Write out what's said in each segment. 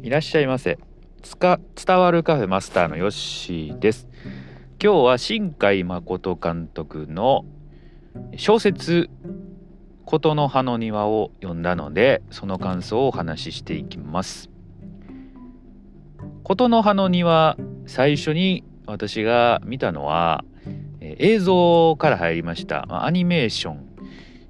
いらっしゃいませ。伝わるカフェマスターのヨッシーです。今日は新海誠監督の小説琴の葉の庭を読んだので、その感想をお話ししていきます。琴の葉の庭、最初に私が見たのは映像から入りました。アニメーション、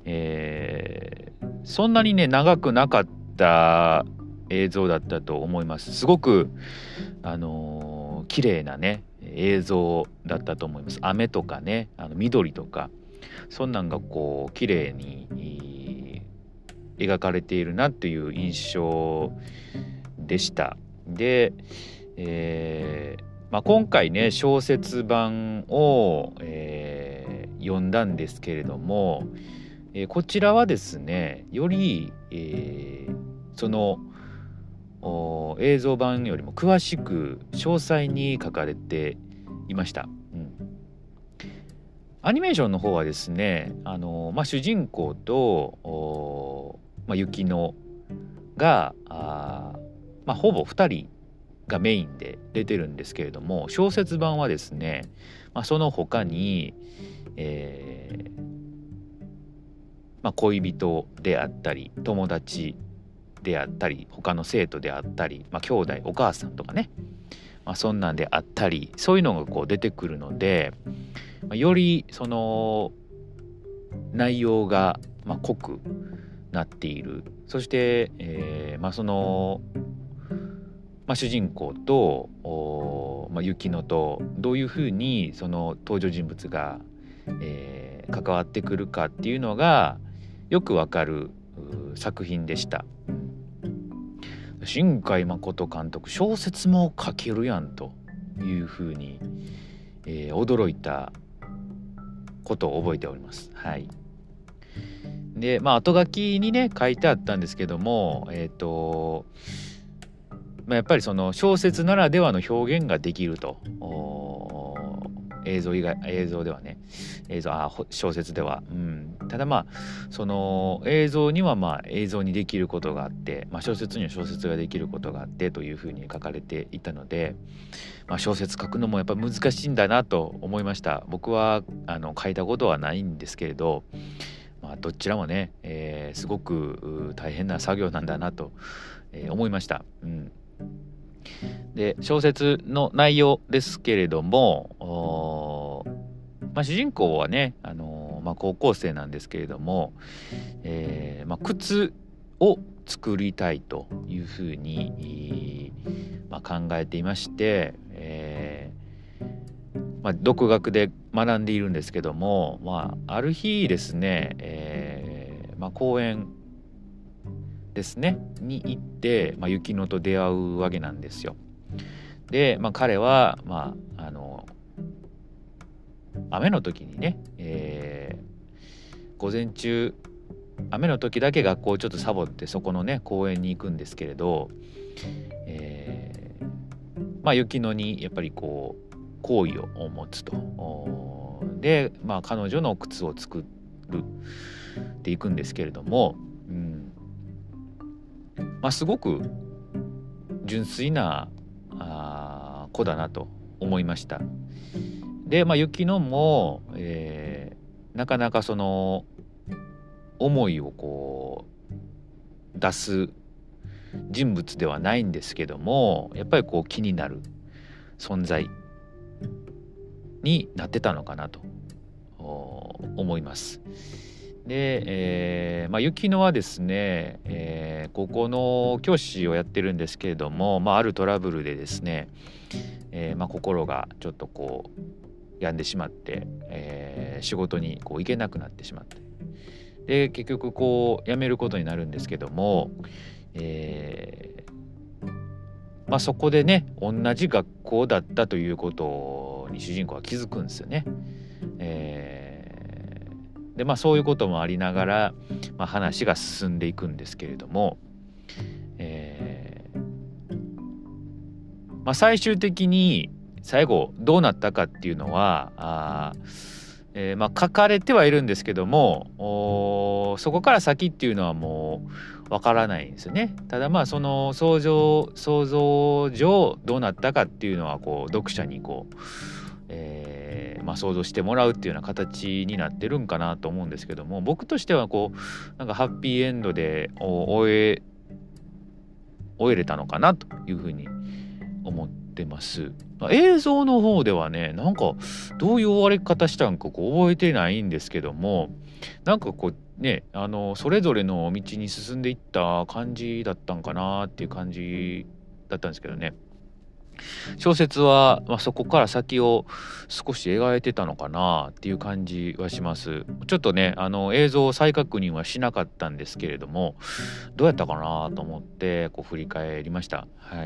そんなにね長くなかった映像だったと思います。すごく綺麗なね映像だったと思います。雨とかね、緑とかそんなんがこう綺麗に描かれているなという印象でした。で、今回ね小説版を、読んだんですけれども、こちらはですねより、その映像版よりも詳しく詳細に書かれていました。アニメーションの方はですね主人公と雪乃がほぼ2人がメインで出てるんですけれども、小説版はですね、その他に、恋人であったり友達であったり他の生徒であったり、兄弟お母さんとかね、そんなんであったりそういうのがこう出てくるので、よりその内容が濃くなっている。そして、その、主人公と雪乃とどういうふうにその登場人物が、関わってくるかっていうのがよくわかる作品でした。新海誠監督小説も書けるやんというふうに、驚いたことを覚えております。はい。で後書きにね書いてあったんですけども、やっぱりその小説ならではの表現ができると、映像ではね小説では、ただその映像には映像にできることがあって、小説には小説ができることがあってというふうに書かれていたので、小説書くのもやっぱ難しいんだなと思いました。僕は書いたことはないんですけれど、どちらもね、すごく大変な作業なんだなと、思いました。で小説の内容ですけれども、主人公はね、高校生なんですけれども、靴を作りたいというふうに、考えていまして、独学で学んでいるんですけども、ある日ですね、公園ですねに行って、雪乃と出会うわけなんですよ。で、彼は雨の時にね、午前中雨の時だけ学校をちょっとサボってそこのね公園に行くんですけれど、雪乃にやっぱりこう好意を持つと。で彼女の靴を作るっていくんですけれども、すごく純粋な子だなと思いました。で雪乃も、なかなかその思いをこう出す人物ではないんですけども、やっぱりこう気になる存在になってたのかなと思います。で、雪乃はですね、高校の教師をやってるんですけれども、あるトラブルでですね、心がちょっとこう病んでしまって、仕事にこう行けなくなってしまって、で結局こう辞めることになるんですけども、そこでね同じ学校だったということに主人公は気づくんですよね。でそういうこともありながら、話が進んでいくんですけれども、最終的に最後どうなったかっていうのは書かれてはいるんですけども、そこから先っていうのはもうわからないんですよね。ただその想像上どうなったかっていうのは読者に想像してもらうっていうような形になってるんかなと思うんですけども、僕としてはなんかハッピーエンドで終えれたのかなというふうに思ってます。映像の方ではね、なんかどういう終わり方したんか覚えてないんですけども、なんかそれぞれの道に進んでいった感じだったんかなっていう感じだったんですけどね。小説は、そこから先を少し描いてたのかなっていう感じはします。ちょっとね、映像を再確認はしなかったんですけれども、どうやったかなと思って振り返りました。はい。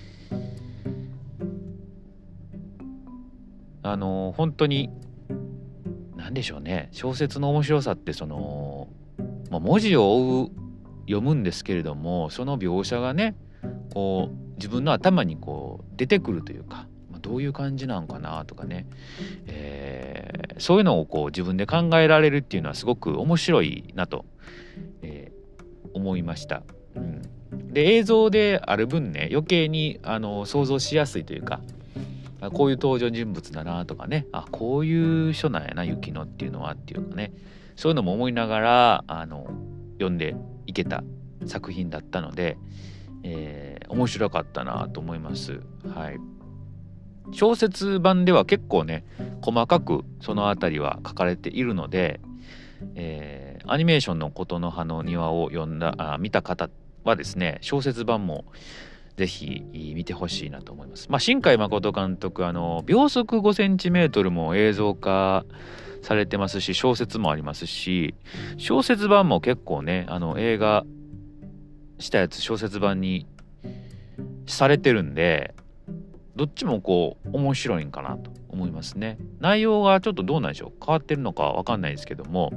本当に何でしょうね、小説の面白さって文字を読むんですけれども、その描写がね自分の頭に出てくるというか、どういう感じなんかなとかね、そういうのを自分で考えられるっていうのはすごく面白いなと、思いました。で映像である分ね、余計に想像しやすいというか、こういう登場人物だなとかね、こういう人なんやな雪乃っていうのはっていうかね、そういうのも思いながら読んでいけた作品だったので、面白かったなと思います。はい。小説版では結構ね細かくそのあたりは書かれているので、アニメーションの琴の葉の庭を見た方はですね、小説版もぜひ見てほしいなと思います。新海誠監督秒速5センチメートルも映像化されてますし、小説もありますし、小説版も結構ね映画したやつ小説版にされてるんで、どっちも面白いんかなと思いますね。内容がちょっとどうなんでしょう、変わってるのかわかんないですけども、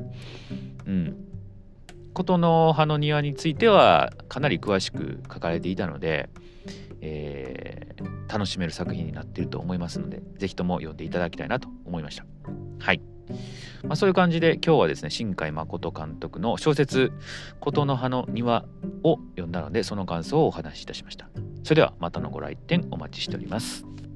琴の葉の庭についてはかなり詳しく書かれていたので、楽しめる作品になっていると思いますので、ぜひとも読んでいただきたいなと思いました。はい。そういう感じで今日はですね、新海誠監督の小説琴の葉の庭を読んだので、その感想をお話しいたしました。それではまたのご来店お待ちしております。